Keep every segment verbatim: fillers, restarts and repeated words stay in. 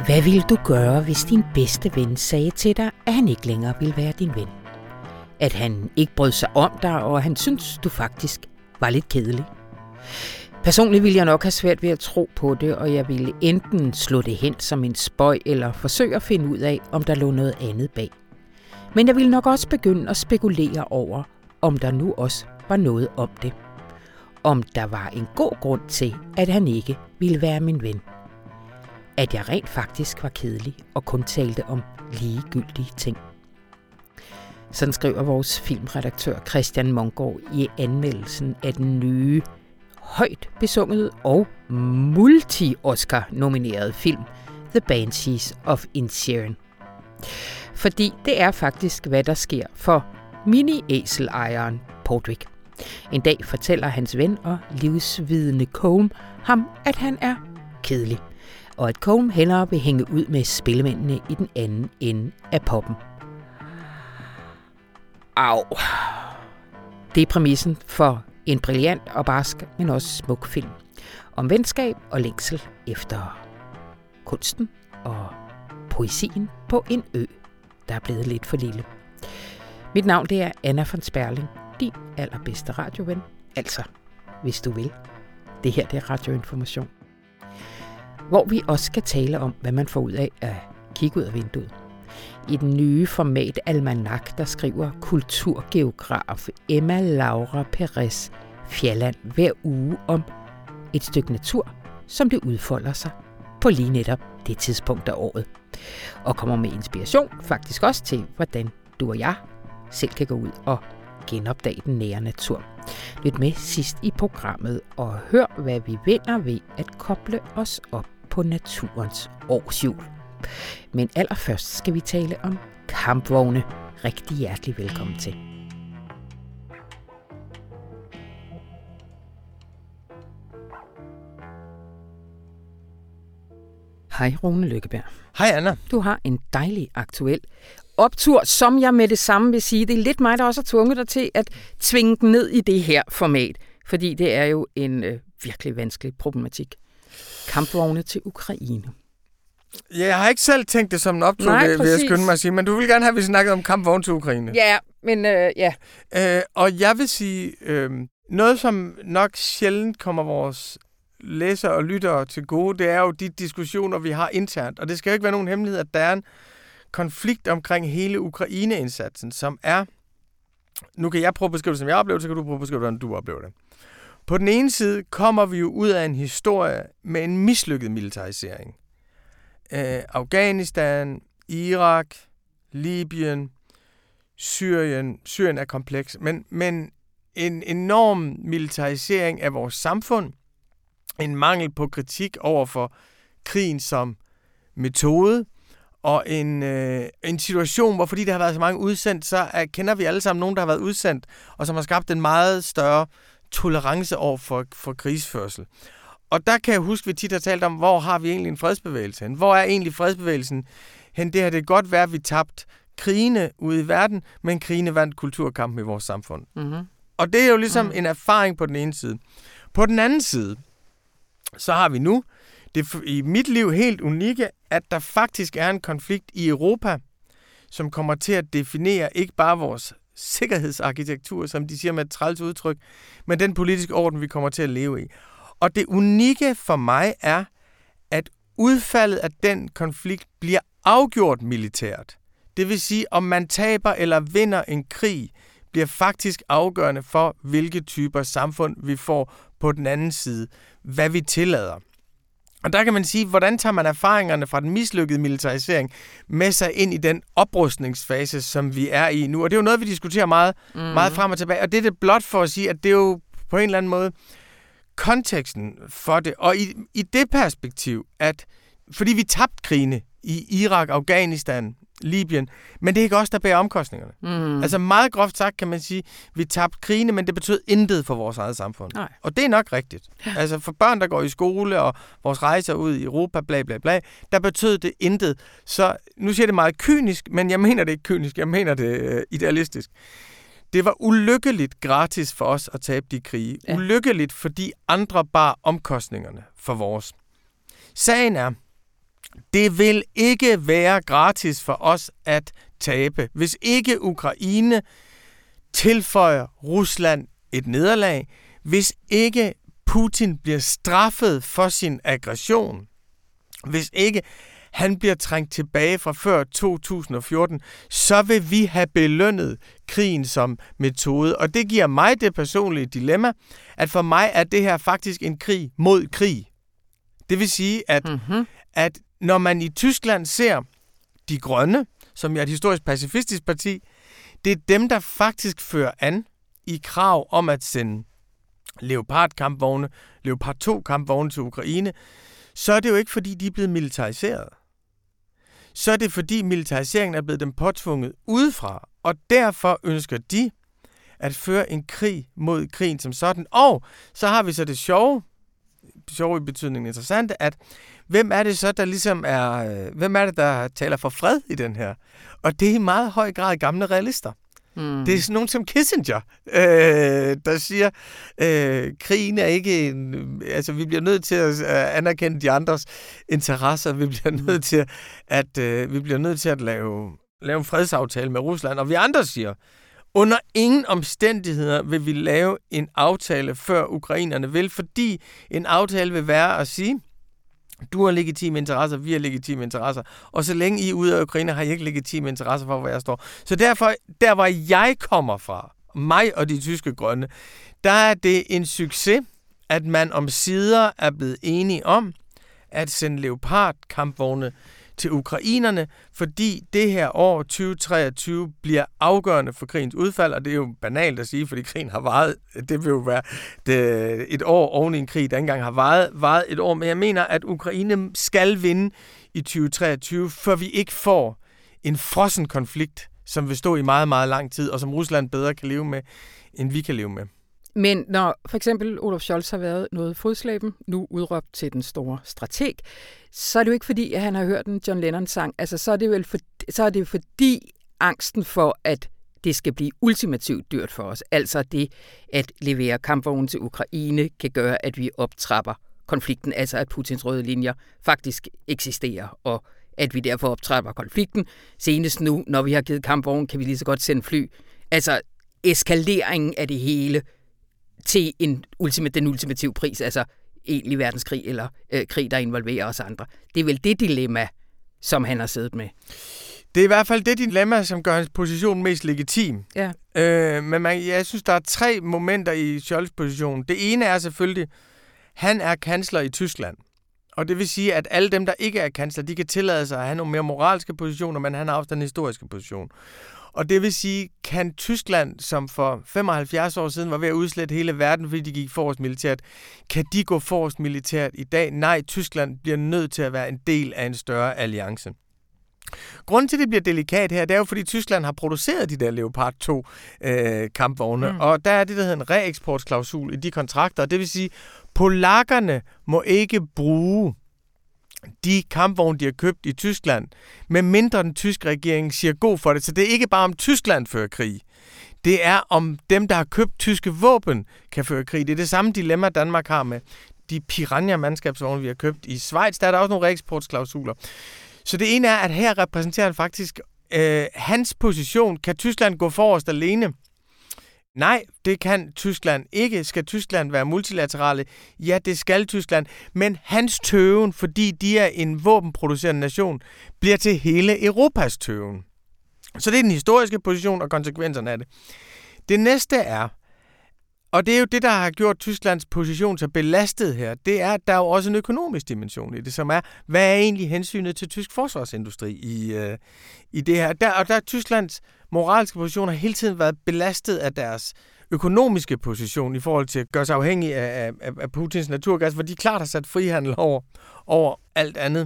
Hvad ville du gøre, hvis din bedste ven sagde til dig, at han ikke længere ville være din ven? At han ikke brød sig om dig, og han syntes, du faktisk var lidt kedelig? Personligt ville jeg nok have svært ved at tro på det, og jeg ville enten slå det hen som en spøg, eller forsøge at finde ud af, om der lå noget andet bag. Men jeg ville nok også begynde at spekulere over, om der nu også var noget om det. Om der var en god grund til, at han ikke ville være min ven. At jeg rent faktisk var kedelig og kun talte om ligegyldige ting. Sådan skriver vores filmredaktør Christian Mongård i anmeldelsen af den nye, højt besungede og multi-Oscar-nominerede film The Banshees of Inisherin. Fordi det er faktisk, hvad der sker for mini-æselejeren Podrick. En dag fortæller hans ven og livsvidende Colm ham, at han er kedelig, og at Colm hellere vil hænge ud med spillemændene i den anden ende af poppen. Au. Det er præmissen for en brilliant og barsk, men også smuk film. Om venskab og længsel efter kunsten og poesien på en ø, der er blevet lidt for lille. Mit navn det er Anna von Sperling, din allerbedste radioven. Altså, hvis du vil. Det her det er Radioinformation. Hvor vi også skal tale om, hvad man får ud af at kigge ud af vinduet. I den nye format Almanak, der skriver kulturgeograf Emma Laura Perez Fjalland hver uge om et stykke natur, som det udfolder sig på lige netop det tidspunkt af året. Og kommer med inspiration faktisk også til, hvordan du og jeg selv kan gå ud og genopdage den nære natur. Lyt med sidst i programmet og hør, hvad vi vinder ved at koble os op på naturens årshjul. Men allerførst skal vi tale om kampvogne. Rigtig hjertelig velkommen til. Hej Rune Lykkeberg. Hej Anna. Du har en dejlig aktuel optur, som jeg med det samme vil sige. Det er lidt mig, der også har tvunget dig til at tvinge den ned i det her format, fordi det er jo en øh, virkelig vanskelig problematik. Kampvogne til Ukraine. Ja, jeg har ikke selv tænkt det som en optur, Nej, vil jeg skynde mig at sige, men du vil gerne have, at vi snakkede om kampvogne til Ukraine. Ja, men øh, ja. Øh, og jeg vil sige, øh, noget som nok sjældent kommer vores læsere og lyttere til gode, det er jo de diskussioner, vi har internt. Og det skal jo ikke være nogen hemmelighed, at der er en konflikt omkring hele Ukraine-indsatsen, som er... Nu kan jeg prøve at beskrive det, som jeg oplever, så kan du prøve at beskrive det, hvordan du oplever det. På den ene side kommer vi jo ud af en historie med en mislykket militarisering. Øh, Afghanistan, Irak, Libyen, Syrien. Syrien er kompleks, men, men en enorm militarisering af vores samfund, en mangel på kritik over for krigen som metode, og en, øh, en situation, hvor fordi der har været så mange udsendt, så er, kender vi alle sammen nogen, der har været udsendt, og som har skabt en meget større tolerance over for, for krigsførsel. Og der kan jeg huske, at vi tit har talt om, hvor har vi egentlig en fredsbevægelse hen? Hvor er egentlig fredsbevægelsen hen? Det har det godt været, at vi tabte krigene ude i verden, men krigene vandt kulturkampen i vores samfund. Mm-hmm. Og det er jo ligesom mm-hmm. en erfaring på den ene side. På den anden side, så har vi nu, det er i mit liv helt unikke, at der faktisk er en konflikt i Europa, som kommer til at definere ikke bare vores sikkerhedsarkitektur, som de siger med et træls udtryk, men den politiske orden, vi kommer til at leve i. Og det unikke for mig er, at udfaldet af den konflikt bliver afgjort militært. Det vil sige, om man taber eller vinder en krig, bliver faktisk afgørende for, hvilke typer samfund vi får på den anden side, hvad vi tillader. Og der kan man sige, hvordan tager man erfaringerne fra den mislykkede militarisering med sig ind i den oprustningsfase, som vi er i nu. Og det er jo noget, vi diskuterer meget, mm. meget frem og tilbage. Og det er det blot for at sige, at det er jo på en eller anden måde konteksten for det. Og i, i det perspektiv, at fordi vi tabte krigene i Irak, Afghanistan, Libyen, men det er ikke os, der bærer omkostningerne. Mm. Altså meget groft sagt kan man sige, vi tabte krigene, men det betød intet for vores eget samfund. Nej. Og det er nok rigtigt. Ja. Altså for børn, der går i skole, og vores rejser ud i Europa, bla bla bla, der betød det intet. Så nu siger jeg det meget kynisk, men jeg mener det ikke kynisk, jeg mener det øh, idealistisk. Det var ulykkeligt gratis for os at tabe de krige. Ja. Ulykkeligt, fordi andre bar omkostningerne for vores. Sagen er, Det vil ikke være gratis for os at tabe. Hvis ikke Ukraine tilføjer Rusland et nederlag, hvis ikke Putin bliver straffet for sin aggression, hvis ikke han bliver trængt tilbage fra før to tusind og fjorten, så vil vi have belønnet krigen som metode. Og det giver mig det personlige dilemma, at for mig er det her faktisk en krig mod krig. Det vil sige, at, mm-hmm. at når man i Tyskland ser De Grønne, som er et historisk pacifistisk parti, det er dem, der faktisk fører an i krav om at sende Leopard-kampvogne, Leopard to-kampvogne til Ukraine, så er det jo ikke, fordi de er blevet militariseret. Så er det, fordi militariseringen er blevet dem påtvunget udefra, og derfor ønsker de at føre en krig mod krigen som sådan. Og så har vi så det sjove, sjove i betydningen interessante, at hvem er det så, der ligesom er, hvem er det, der taler for fred i den her? Og det er i meget høj grad gamle realister. Mm. Det er sådan nogen som Kissinger, øh, der siger, øh, krigen er ikke en... Altså, vi bliver nødt til at anerkende de andres interesser. Vi bliver nødt mm. til at, øh, vi bliver nødt til at lave, lave en fredsaftale med Rusland. Og vi andre siger, under ingen omstændigheder vil vi lave en aftale, før ukrainerne vil, fordi en aftale vil være at sige, du har legitime interesser, vi har legitime interesser. Og så længe I er ude af Ukraine, har I ikke legitime interesser for, hvor jeg står. Så derfor, der hvor jeg kommer fra, mig og de tyske grønne, der er det en succes, at man omsider er blevet enige om at sende Leopard-kampvogne til ukrainerne, fordi det her år tyve treogtyve bliver afgørende for krigens udfald, og det er jo banalt at sige, fordi krigen har varet, det vil jo være det, et år oven i en krig, der engang har varet, varet et år, men jeg mener, at Ukraine skal vinde i tyve treogtyve, før vi ikke får en frossen konflikt, som vil stå i meget, meget lang tid, og som Rusland bedre kan leve med, end vi kan leve med. Men når for eksempel Olaf Scholz har været noget fodslæben, nu udråbt til den store strateg, så er det jo ikke fordi, at han har hørt en John Lennon-sang. Altså, så er det vel for, så er det fordi angsten for, at det skal blive ultimativt dyrt for os. Altså det at levere kampvogne til Ukraine kan gøre, at vi optrapper konflikten. Altså at Putins røde linjer faktisk eksisterer, og at vi derfor optrapper konflikten. Senest nu, når vi har givet kampvogne, kan vi lige så godt sende fly. Altså eskaleringen af det hele til en ultima, den ultimative pris, altså egentlig verdenskrig eller øh, krig, der involverer os andre. Det er vel det dilemma, som han har siddet med. Det er i hvert fald det dilemma, som gør hans position mest legitim. Ja. Øh, men man, jeg synes, der er tre momenter i Scholz' position. Det ene er selvfølgelig, han er kansler i Tyskland. Og det vil sige, at alle dem, der ikke er kansler, de kan tillade sig at have nogle mere moralske positioner, men han har også den historiske position. Og det vil sige, kan Tyskland, som for femoghalvfjerds år siden var ved at udslette hele verden, fordi de gik forrest militært, kan de gå forrest militært i dag? Nej, Tyskland bliver nødt til at være en del af en større alliance. Grunden til, at det bliver delikat her, det er jo, fordi Tyskland har produceret de der Leopard to øh, kampvogne, mm. og der er det, der hedder en reeksportsklausul i de kontrakter, og det vil sige, polakkerne må ikke bruge de kampvogne, de har købt i Tyskland, med mindre den tyske regering siger god for det. Så det er ikke bare om Tyskland fører krig. Det er om dem, der har købt tyske våben, kan føre krig. Det er det samme dilemma, Danmark har med de Piranha-mandskabsvogne, vi har købt i Schweiz. Der er der også nogle reeksportsklausuler. Så det ene er, at her repræsenterer han faktisk øh, hans position. Kan Tyskland gå forrest alene? Nej, det kan Tyskland ikke. Skal Tyskland være multilaterale? Ja, det skal Tyskland. Men hans tøven, fordi de er en våbenproducerende nation, bliver til hele Europas tøven. Så det er den historiske position og konsekvenserne af det. Det næste er, og det er jo det, der har gjort Tysklands position så belastet her, det er, at der er jo også en økonomisk dimension i det, som er, hvad er egentlig hensynet til tysk forsvarsindustri i, øh, i det her? Der, og der er Tysklands moralske position har hele tiden været belastet af deres økonomiske position i forhold til at gøre sig afhængig af, af, af Putins naturgas, hvor de klart har sat frihandel over, over alt andet.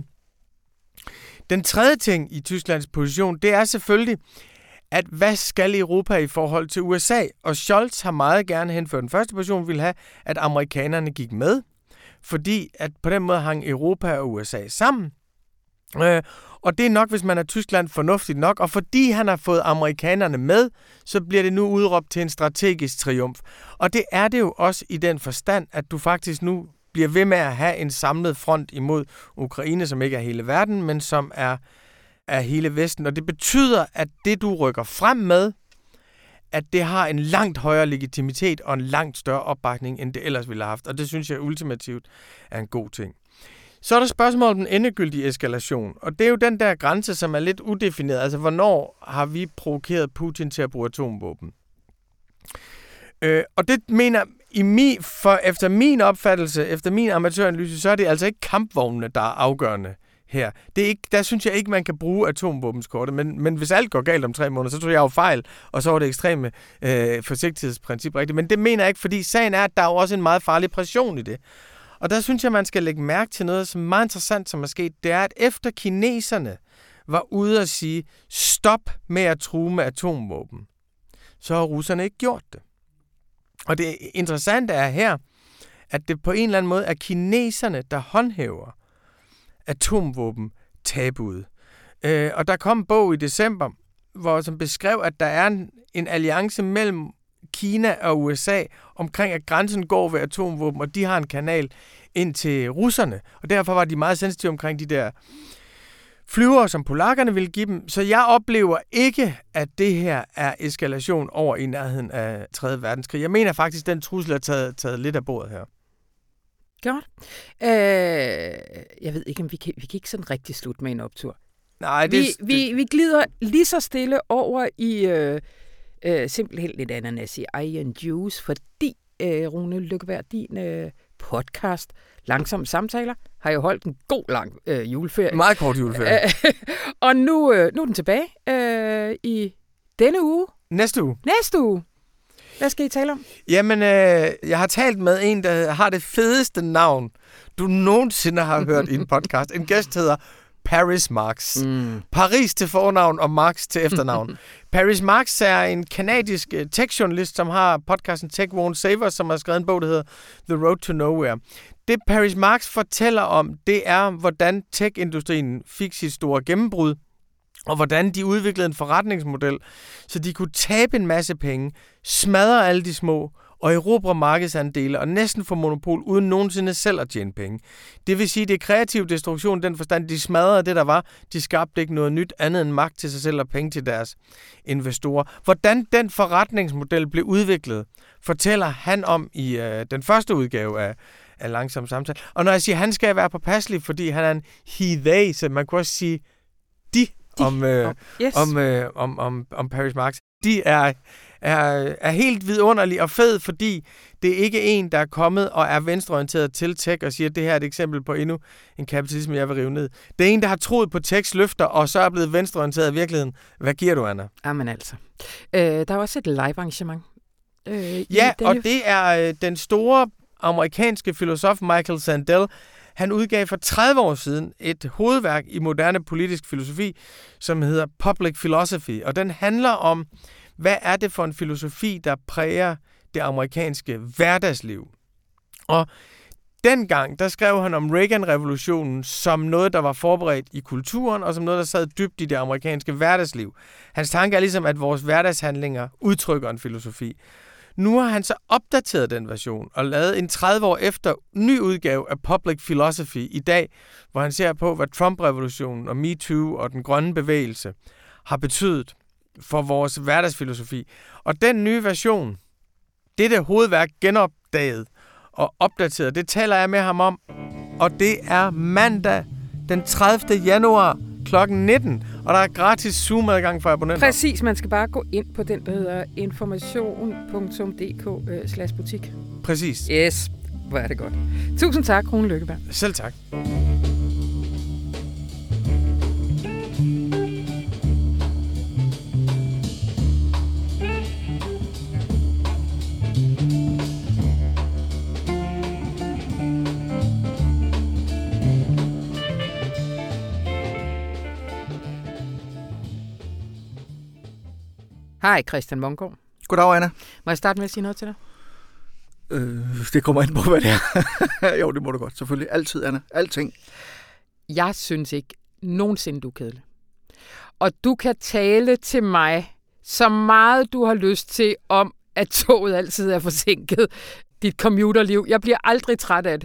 Den tredje ting i Tysklands position, det er selvfølgelig, at hvad skal Europa i forhold til U S A? Og Scholz har meget gerne henført den første position, ville have, at amerikanerne gik med, fordi at på den måde hang Europa og U S A sammen. Øh, og det er nok, hvis man er Tyskland, fornuftigt nok. Og fordi han har fået amerikanerne med, så bliver det nu udråbt til en strategisk triumf. Og det er det jo også i den forstand, at du faktisk nu bliver ved med at have en samlet front imod Ukraine, som ikke er hele verden, men som er, er hele Vesten. Og det betyder, at det, du rykker frem med, at det har en langt højere legitimitet og en langt større opbakning, end det ellers ville have haft. Og det synes jeg ultimativt er en god ting. Så er der spørgsmålet om den endegyldige eskalation. Og det er jo den der grænse, som er lidt udefineret. Altså, hvornår har vi provokeret Putin til at bruge atomvåben? Øh, og det mener, i mi, for efter min opfattelse, efter min amatøranalyse, så er det altså ikke kampvognene, der er afgørende her. Det er ikke, der synes jeg ikke, man kan bruge atomvåbenskortet, men, men hvis alt går galt om tre måneder, så tror jeg jo fejl, og så var det ekstreme øh, forsigtighedsprincip rigtigt. Men det mener jeg ikke, fordi sagen er, at der er jo også en meget farlig pression i det. Og der synes jeg, man skal lægge mærke til noget, som er meget interessant, som er sket. Det er, at efter kineserne var ude at sige, stop med at true med atomvåben, så har russerne ikke gjort det. Og det interessante er her, at det på en eller anden måde er kineserne, der håndhæver atomvåben-tabuet. Øh, og der kom en bog i december, hvor som beskrev, at der er en, en alliance mellem Kina og U S A omkring, at grænsen går ved atomvåben, og de har en kanal ind til russerne. Og derfor var de meget sensitive omkring de der flyvere, som polakkerne ville give dem. Så jeg oplever ikke, at det her er eskalation over i nærheden af tredje verdenskrig. Jeg mener faktisk, at den trussel er taget, taget lidt af bordet her. Godt. Øh, jeg ved ikke, om vi kan, vi kan ikke sådan rigtig slutte med en optur. Nej, det, vi, det... Vi, vi glider lige så stille over i øh, øh, simpelthen lidt ananas i egen juice, fordi øh, Rune Lykkeberg, din øh, podcast, Langsomme Samtaler, har jo holdt en god lang øh, juleferie. Meget kort juleferie. Og nu, øh, nu er den tilbage øh, i denne uge. Næste uge. Næste uge. Hvad skal I tale om? Jamen, øh, jeg har talt med en, der har det fedeste navn, du nogensinde har hørt i en podcast. En gæst hedder Paris Marx. Mm. Paris til fornavn og Marx til efternavn. Paris Marx er en kanadisk tech-journalist, som har podcasten Tech Won't Save Us, som har skrevet en bog, der hedder The Road to Nowhere. Det Paris Marx fortæller om, det er, hvordan tech-industrien fik sit store gennembrud, og hvordan de udviklede en forretningsmodel, så de kunne tabe en masse penge, smadre alle de små, og erobre markedsandele og næsten få monopol, uden nogensinde selv at tjene penge. Det vil sige, det er kreativ destruktion, den forstand, de smadrede det, der var. De skabte ikke noget nyt andet end magt til sig selv og penge til deres investorer. Hvordan den forretningsmodel blev udviklet, fortæller han om i øh, den første udgave af, af Langsom Samtale. Og når jeg siger, han skal være påpasselig, fordi han er en he-they, så man kunne også sige de, de. Om, øh, yes. om, øh, om, om, om Paris Marx. De er... Er, er helt vidunderlig og fed, fordi det er ikke en, der er kommet og er venstreorienteret til tech og siger, at det her er et eksempel på endnu en kapitalisme, jeg vil rive ned. Det er en, der har troet på techs løfter, og så er blevet venstreorienteret i virkeligheden. Hvad giver du, Anna? Jamen altså. Øh, der er også et live-arrangement. Øh, ja, og det er øh, den store amerikanske filosof Michael Sandel. Han udgav for tredive år siden et hovedværk i moderne politisk filosofi, som hedder Public Philosophy, og den handler om, hvad er det for en filosofi, der præger det amerikanske hverdagsliv? Og dengang, der skrev han om Reagan-revolutionen som noget, der var forberedt i kulturen, og som noget, der sad dybt i det amerikanske hverdagsliv. Hans tanke er ligesom, at vores hverdagshandlinger udtrykker en filosofi. Nu har han så opdateret den version og lavet en tredive år efter ny udgave af Public Philosophy i dag, hvor han ser på, hvad Trump-revolutionen og MeToo og den grønne bevægelse har betydet for vores hverdagsfilosofi. Og den nye version, dette hovedværk genopdaget og opdateret, det taler jeg med ham om. Og det er mandag den tredivte januar klokken nitten. Og der er gratis Zoom-adgang for abonnenter. Præcis, man skal bare gå ind på den, der hedder information punktum d k slash butik. Præcis. Yes, hvor er det godt. Tusind tak, Rune Lykkeberg. Selv tak. Hej, Christian Mongård. Goddag, Anna. Må jeg starte med at sige noget til dig? Øh, det kommer ind på, hvad det er. Jo, det må du godt. Selvfølgelig. Altid, Anna. Alting. Jeg synes ikke nogensinde, du er kedelig. Og du kan tale til mig så meget, du har lyst til, om at toget altid er forsinket. Dit commuterliv. Jeg bliver aldrig træt af det.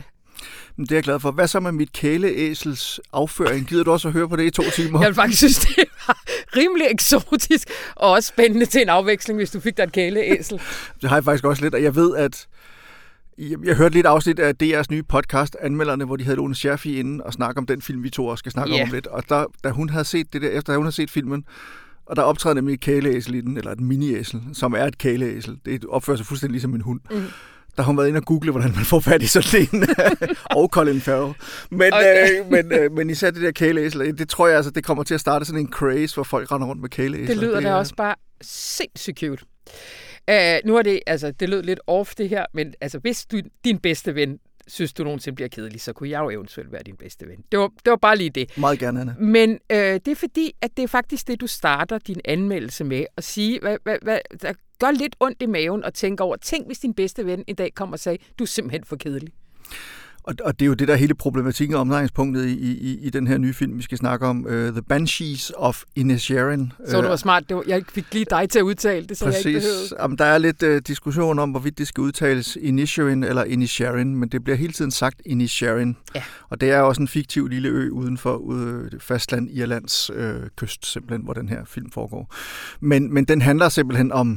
Det er jeg glad for. Hvad så med mit kæleæsels afføring? Gider du også at høre på det i to timer? Jeg vil faktisk synes, det var rimelig eksotisk og også spændende til en afveksling, hvis du fik dig et kæleæsel. Det har jeg faktisk også lidt, og jeg ved, at jeg, jeg hørte lidt afsnit af D R's nye podcast, Anmelderne, hvor de havde Lone Scherfig inde og snakke om den film, vi to også skal snakke yeah. om lidt. Og der, da hun havde set det der, efter hun havde set filmen, og der optræder nemlig et kæleæsel i den, eller et mini-æsel, som er et kæleæsel. Det opfører sig fuldstændig ligesom en hund. Mm. Der har hun været inde og google, hvordan man får fat i sådan en, og Colin Farrell. Men, okay. øh, men, øh, men især det der kæleæsel, det tror jeg altså, det kommer til at starte sådan en craze, hvor folk render rundt med kæleæsler. Det lyder det, da også bare sindssygt cute. Uh, nu er det, altså, det lød lidt off det her, men altså, hvis du, din bedste ven, synes du nogensinde bliver kedelig, så kunne jeg jo eventuelt være din bedste ven. Det var, det var bare lige det. Meget gerne, Anna. Men øh, det er fordi, at det er faktisk det, du starter din anmeldelse med, at sige, hvad, hvad, hvad, der gør lidt ondt i maven og tænke over, tænk hvis din bedste ven en dag kommer og siger, du er simpelthen for kedelig. Og, og det er jo det der hele problematikken og omdrejningspunktet i, i, i den her nye film, vi skal snakke om, uh, The Banshees of Inisherin. Så du var smart. Det var, jeg fik lige dig til at udtale det, så Præcis. Jeg ikke behøvede. Jamen, der er lidt uh, diskussion om, hvorvidt det skal udtales Inisherin eller Inisherin, men det bliver hele tiden sagt Inisherin. Ja. Og det er også en fiktiv lille ø uden for uh, fastland Irlands uh, kyst, simpelthen, hvor den her film foregår. Men, men den handler simpelthen om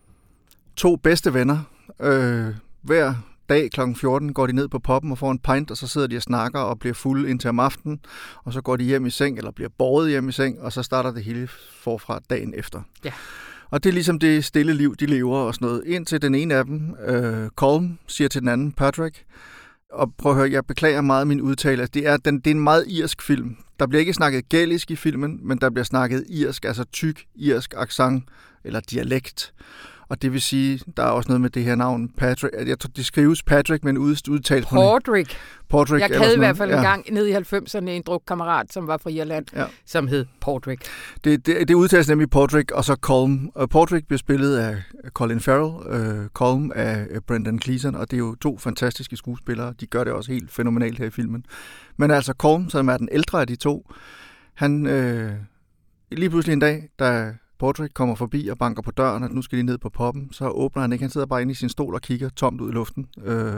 to bedste venner. Uh, hver dag klokken fjorten går de ned på poppen og får en pint, og så sidder de og snakker og bliver fulde indtil om aftenen, og så går de hjem i seng, eller bliver båret hjem i seng, og så starter det hele forfra dagen efter. Ja. Og det er ligesom det stille liv, de lever og sådan noget. Indtil den ene af dem, øh, Colm, siger til den anden, Patrick, og prøv at høre, jeg beklager meget min udtale, det er, den, det er en meget irsk film. Der bliver ikke snakket gælisk i filmen, men der bliver snakket irsk, altså tyk irsk accent eller dialekt. Og det vil sige, der er også noget med det her navn, Patrick. Jeg tror, det skrives Patrick, men udtalt på Patrick. Patrick. Jeg havde i hvert fald ja. en gang nede i halvfemserne en drukkammerat, som var fra Irland, ja. som hed Patrick. Det, det, det udtales nemlig Patrick, og så Colm. Og Patrick bliver spillet af Colin Farrell, uh, Colm af Brendan Gleeson, og det er jo to fantastiske skuespillere. De gør det også helt fænomenalt her i filmen. Men altså Colm, som er den ældre af de to, han øh, lige pludselig en dag, der Patrick kommer forbi og banker på døren, og nu skal de ned på poppen. Så åbner han ikke. Han sidder bare inde i sin stol og kigger tomt ud i luften. Øh,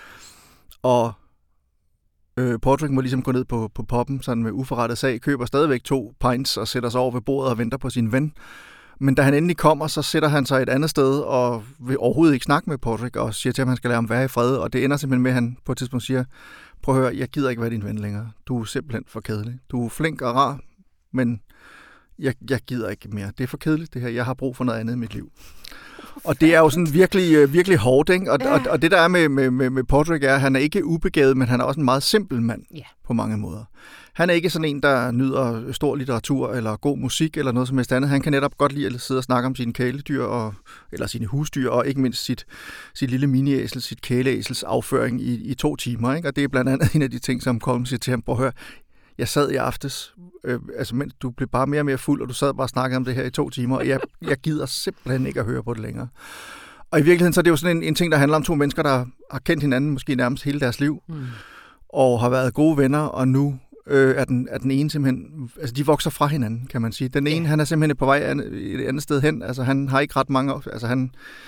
og øh, Patrick må ligesom gå ned på, på poppen, sådan med uforrettet sag, køber stadigvæk to pints og sætter sig over ved bordet og venter på sin ven. Men da han endelig kommer, så sætter han sig et andet sted og vil overhovedet ikke snakke med Patrick og siger til ham, at han skal lade ham være i fred. Og det ender simpelthen med, at han på et tidspunkt siger, prøv at høre, jeg gider ikke være din ven længere. Du er simpelthen for kedelig. Du er flink og rar, men Jeg, jeg gider ikke mere. Det er for kedeligt, det her. Jeg har brug for noget andet i mit liv. Og det er jo sådan virkelig, virkelig hårdt, ikke? Og, og, og det, der er med, med, med Patrick, er, at han er ikke ubegavet, men han er også en meget simpel mand yeah. på mange måder. Han er ikke sådan en, der nyder stor litteratur eller god musik eller noget som helst andet. Han kan netop godt lide at sidde og snakke om sine kæledyr, og, eller sine husdyr, og ikke mindst sit, sit lille mini-æsel, sit kæleæsels afføring i, i to timer. Ikke? Og det er blandt andet en af de ting, som Colm siger til ham, prøv at høre, jeg sad i aftes, øh, altså mens du blev bare mere og mere fuld, og du sad bare og snakkede om det her i to timer, og jeg, jeg gider simpelthen ikke at høre på det længere. Og i virkeligheden så er det jo sådan en, en ting, der handler om to mennesker, der har kendt hinanden måske nærmest hele deres liv, mm. og har været gode venner, og nu øh, er, den, er den ene simpelthen, altså de vokser fra hinanden, kan man sige. Den ene, ja. han er simpelthen på vej et andet sted hen, altså han har ikke ret mange, altså han,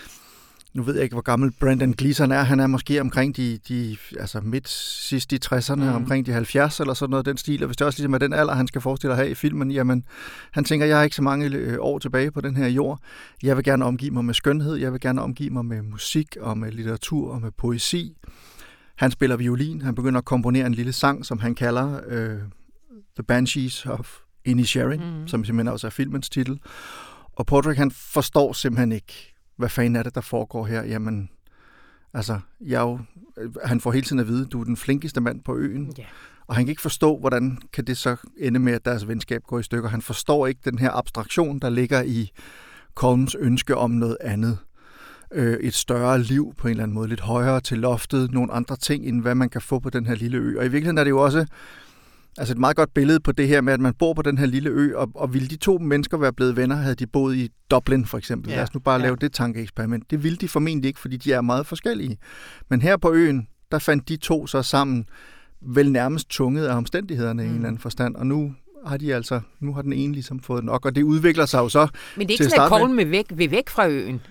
nu ved jeg ikke, hvor gammel Brendan Gleeson er. Han er måske omkring de, de altså midt sidst i tresserne, mm. omkring de halvfjerds eller sådan noget den stil. Og hvis det også ligesom er den alder, han skal forestille at have i filmen, jamen, han tænker, jeg har ikke så mange år tilbage på den her jord. Jeg vil gerne omgive mig med skønhed. Jeg vil gerne omgive mig med musik og med litteratur og med poesi. Han spiller violin. Han begynder at komponere en lille sang, som han kalder uh, The Banshees of Inisherin, mm. som simpelthen også er filmens titel. Og Patrick, han forstår simpelthen ikke, hvad fanden er det, der foregår her? Jamen, altså, jeg jo, han får hele tiden at vide, du er den flinkeste mand på øen. Yeah. Og han kan ikke forstå, hvordan kan det så ende med, at deres venskab går i stykker. Han forstår ikke den her abstraktion, der ligger i Colms ønske om noget andet. Øh, et større liv på en eller anden måde, lidt højere til loftet, nogle andre ting, end hvad man kan få på den her lille ø. Og i virkeligheden er det jo også altså et meget godt billede på det her med, at man bor på den her lille ø, og, og ville de to mennesker være blevet venner, havde de boet i Dublin for eksempel. Ja. Lad os nu bare ja. lave det tankeeksperiment. Det ville de formentlig ikke, fordi de er meget forskellige. Men her på øen, der fandt de to så sammen, vel nærmest tunget af omstændighederne mm. i en eller anden forstand, og nu har de altså, nu har den ene ligesom fået nok, og det udvikler sig jo så. Men det er ikke sådan, at Colm vil væk, vil væk fra øen?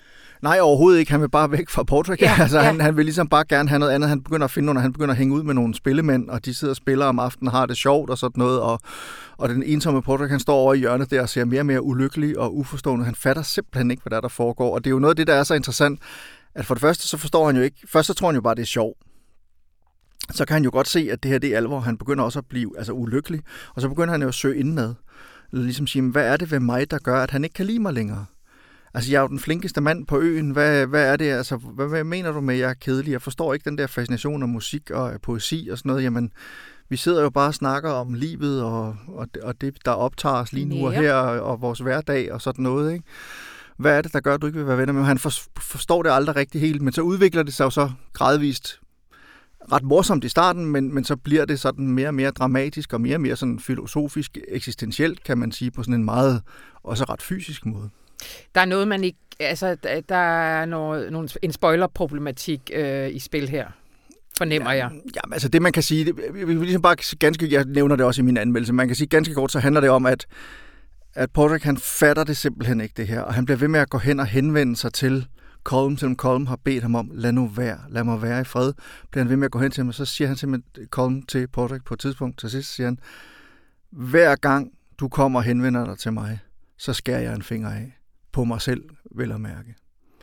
Nej, overhovedet ikke. Han vil bare væk fra Portrait. Ja, altså, ja. han, han vil ligesom bare gerne have noget andet. Han begynder at finde noget, han begynder at hænge ud med nogle spillemænd, og de sidder og spiller om aftenen, har det sjovt og sådan noget, og, og den ensomme Portrait, han står over i hjørnet der og ser mere og mere ulykkelig og uforstående. Han fatter simpelthen ikke, hvad der, er, der foregår, og det er jo noget af det, der er så interessant, at for det første, så forstår han jo ikke, først så tror han jo bare, det er sjovt. Så kan han jo godt se, at det her det er alvor. Han begynder også at blive altså, ulykkelig, og så begynder han jo at søge indad. Ligesom sige, hvad er det ved mig, der gør, at han ikke kan lide mig længere? Altså, jeg er jo den flinkeste mand på øen. Hvad, hvad er det? Altså, hvad, hvad mener du med, at jeg er kedelig? Jeg forstår ikke den der fascination af musik og af poesi og sådan noget. Jamen, vi sidder jo bare og snakker om livet og, og, det, og det, der optager os lige nu ja. og her, og, og vores hverdag og sådan noget, ikke? Hvad er det, der gør, at du ikke vil være venner med mig? Han for, forstår det aldrig rigtig helt, men så udvikler det sig jo så gradvist ret morsomt i starten, men, men så bliver det sådan mere og mere dramatisk og mere og mere sådan filosofisk, eksistentielt, kan man sige, på sådan en meget, også ret fysisk måde. Der er noget, man ikke... Altså, der er noget, nogle, en spoiler-problematik øh, i spil her, fornemmer ja, jeg. Ja, altså det, man kan sige... Det, ligesom bare ganske, jeg nævner det også i min anmeldelse, man kan sige ganske kort, så handler det om, at, at Portrait, han fatter det simpelthen ikke, det her, og han bliver ved med at gå hen og henvende sig til Colm, selvom Colm har bedt ham om, lad nu være, lad mig være i fred, bliver han ved med at gå hen til ham, og så siger han simpelthen Colm til Portrait på et tidspunkt, til sidst siger han, hver gang du kommer og henvender dig til mig, så skærer jeg en finger af. På mig selv, vel at mærke.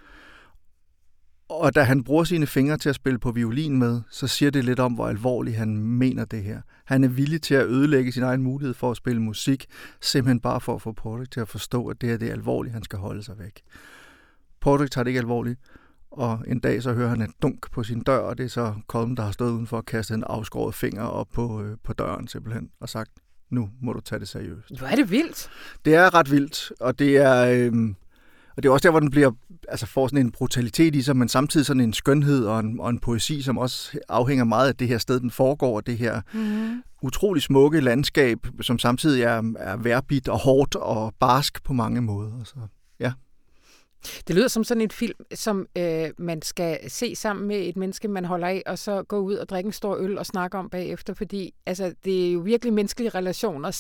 Og da han bruger sine fingre til at spille på violin med, så siger det lidt om, hvor alvorligt han mener det her. Han er villig til at ødelægge sin egen mulighed for at spille musik, simpelthen bare for at få Portrait til at forstå, at det her det er alvorligt, han skal holde sig væk. Portrait tager det ikke alvorligt, og en dag så hører han et dunk på sin dør, og det er så Colm, der har stået udenfor og kastet en afskåret finger op på, øh, på døren simpelthen, og sagt, nu må du tage det seriøst. Hvor er det vildt? Det er ret vildt, og det er, øh, og det er også der, hvor den bliver, altså får sådan en brutalitet i sig, men samtidig sådan en skønhed og en, og en poesi, som også afhænger meget af det her sted, den foregår, og det her mm-hmm. utrolig smukke landskab, som samtidig er, er vejrbidt og hårdt og barsk på mange måder. Så, ja. Det lyder som sådan en film, som øh, man skal se sammen med et menneske, man holder af, og så gå ud og drikke en stor øl og snakke om bagefter, fordi altså, det er jo virkelig menneskelige relationer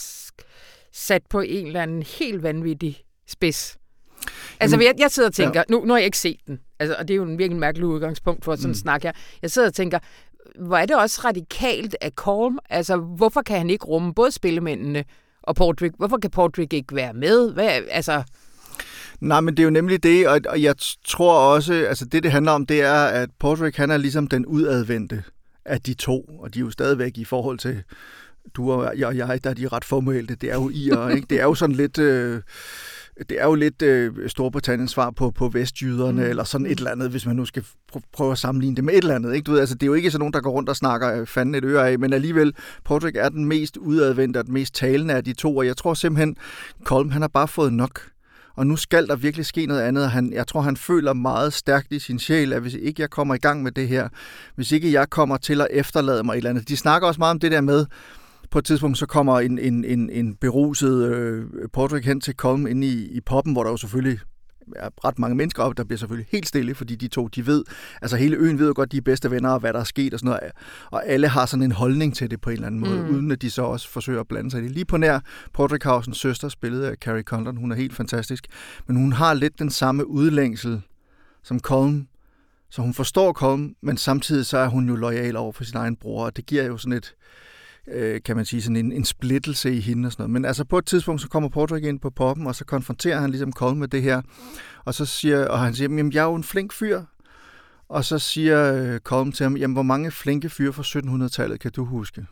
sat på en eller anden helt vanvittig spids. Altså, Jamen, jeg, jeg sidder og tænker, ja. nu, nu har jeg ikke set den, altså, og det er jo en virkelig mærkelig udgangspunkt for sådan en mm. snak her. Jeg sidder og tænker, hvor er det også radikalt af Colm? Altså, hvorfor kan han ikke rumme både spillemændene og Portrait? Hvorfor kan Portrait ikke være med? Hvad, altså... Nej, men det er jo nemlig det, og, og jeg tror også, altså det, det handler om, det er, at Portrait, han er ligesom den udadvendte af de to, og de er jo stadigvæk i forhold til du og jeg, og jeg der er de ret formelle. Det er jo I og, ikke? Det er jo sådan lidt... Øh, Det er jo lidt øh, Storbritanniens svar på, på vestjyderne, mm. eller sådan et eller andet, hvis man nu skal pr- prøve at sammenligne det med et eller andet. Ikke? Du ved, altså, det er jo ikke sådan nogen, der går rundt og snakker fanden et øre af, men alligevel, Portrait er den mest udadvendte og den mest talende af de to, og jeg tror simpelthen, Colm, han har bare fået nok. Og nu skal der virkelig ske noget andet. Han, jeg tror, han føler meget stærkt i sin sjæl, at hvis ikke jeg kommer i gang med det her, hvis ikke jeg kommer til at efterlade mig et eller andet. De snakker også meget om det der med, på et tidspunkt så kommer en, en, en, en beruset øh, Portrait hen til Colm inde i, i poppen, hvor der jo selvfølgelig er ret mange mennesker op, der bliver selvfølgelig helt stille, fordi de to, de ved, altså hele øen ved jo godt, de er bedste venner, og hvad der er sket og sådan noget, og alle har sådan en holdning til det på en eller anden måde, mm. uden at de så også forsøger at blande sig i det. Lige på nær Portrait har sin søster, spillet af Carrie Condon, hun er helt fantastisk, men hun har lidt den samme udlængsel som Colm, så hun forstår Colm, men samtidig så er hun jo loyal over for sin egen bror, og det giver jo sådan et kan man sige, sådan en, en splittelse i hende og sådan noget. Men altså på et tidspunkt, så kommer Portrait ind på poppen, og så konfronterer han ligesom Colm med det her, og så siger, og han siger, jamen jeg er jo en flink fyr, og så siger Colm til ham, jamen hvor mange flinke fyre fra syttenhundredetallet kan du huske?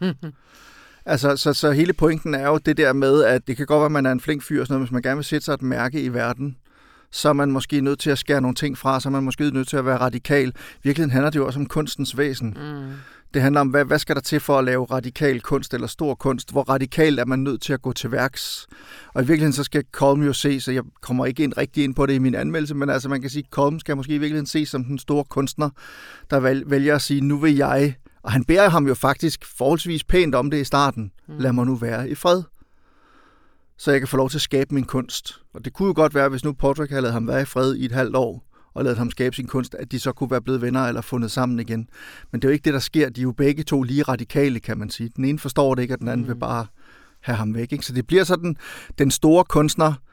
altså, så, så hele pointen er jo det der med, at det kan godt være, at man er en flink fyr og sådan noget, hvis man gerne vil sætte sig et mærke i verden, så er man måske nødt til at skære nogle ting fra, så er man måske nødt til at være radikal. I virkeligheden handler det jo også om kunstens væsen. Mm. Det handler om, hvad, hvad skal der til for at lave radikal kunst eller stor kunst? Hvor radikalt er man nødt til at gå til værks? Og i virkeligheden så skal Colm jo se, så jeg kommer ikke ind, rigtig ind på det i min anmeldelse, men altså man kan sige, at Colm skal måske i virkeligheden se som den store kunstner, der vælger at sige, nu vil jeg, og han beder ham jo faktisk forholdsvis pænt om det i starten, mm. lad mig nu være i fred, så jeg kan få lov til at skabe min kunst. Og det kunne jo godt være, hvis nu Portrait havde ladet ham være i fred i et halvt år, og ladet ham skabe sin kunst, at de så kunne være blevet venner eller fundet sammen igen. Men det er jo ikke det, der sker. De er jo begge to lige radikale, kan man sige. Den ene forstår det ikke, og den anden mm. vil bare have ham væk. Ikke? Så det bliver sådan den store kunstner,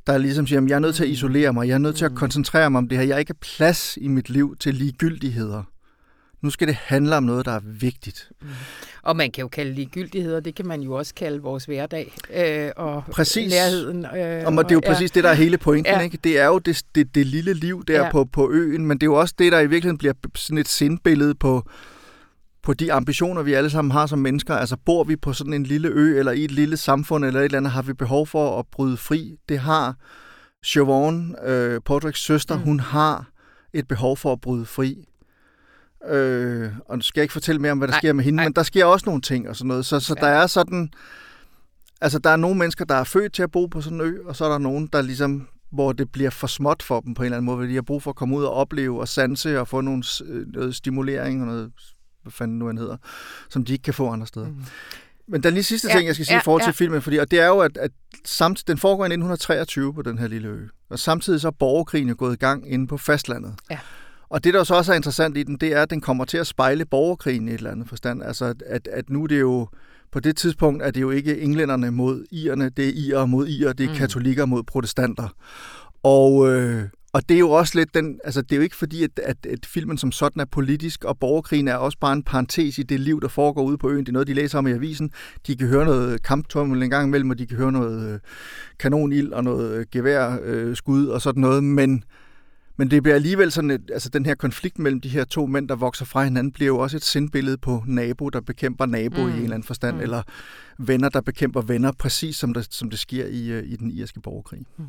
der ligesom siger, at jeg er nødt til at isolere mig, jeg er nødt til at koncentrere mig om det her, jeg har ikke plads i mit liv til ligegyldigheder. Nu skal det handle om noget, der er vigtigt. Mm. Og man kan jo kalde ligegyldigheder, det kan man jo også kalde vores hverdag øh, og præcis. Nærheden. Øh, og, og det er jo ja. præcis det, der er hele pointen. Ja. Ikke? Det er jo det, det, det lille liv der ja. på, på øen, men det er jo også det, der i virkeligheden bliver sådan et sindbillede på, på de ambitioner, vi alle sammen har som mennesker. Altså bor vi på sådan en lille ø, eller i et lille samfund, eller et eller andet, har vi behov for at bryde fri. Det har Siobhan, øh, Padraics søster, mm. hun har et behov for at bryde fri. Øh, og nu skal jeg ikke fortælle mere om, hvad der ej, sker med hende, ej. men der sker også nogle ting og sådan noget. Så, så ja. der er sådan, altså der er nogle mennesker, der er født til at bo på sådan en ø, og så er der nogen, der ligesom, hvor det bliver for småt for dem på en eller anden måde, hvor de har brug for at komme ud og opleve og sanse og få nogle, noget stimulering og noget, hvad fanden nu han hedder, som de ikke kan få andre steder. Mm. Men den lige sidste ja, ting, jeg skal sige ja, i forhold til ja. filmen, fordi, og det er jo, at, at samt, den foregår i nitten treogtyve på den her lille ø, og samtidig så er borgerkrigen jo gået i gang inde på fastlandet. Ja. Og det, der så også er interessant i den, det er, at den kommer til at spejle borgerkrigen i et eller andet forstand. Altså, at, at nu det er jo, på det tidspunkt er det jo ikke englænderne mod irerne, det er irer mod irer, det er mm. katolikker mod protestanter. Og, øh, og det er jo også lidt den, altså det er jo ikke fordi, at, at, at filmen som sådan er politisk, og borgerkrigen er også bare en parentes i det liv, der foregår ude på øen. Det er noget, de læser om i avisen. De kan høre noget kamptummel en gang imellem, og de kan høre noget øh, kanonild og noget øh, geværskud øh, og sådan noget, men Men det bliver alligevel sådan, et, altså den her konflikt mellem de her to mænd, der vokser fra hinanden, bliver jo også et sindbillede på nabo, der bekæmper nabo mm. i en eller anden forstand, mm. eller venner, der bekæmper venner, præcis som det, som det sker i, i den irske borgerkrig. Mm.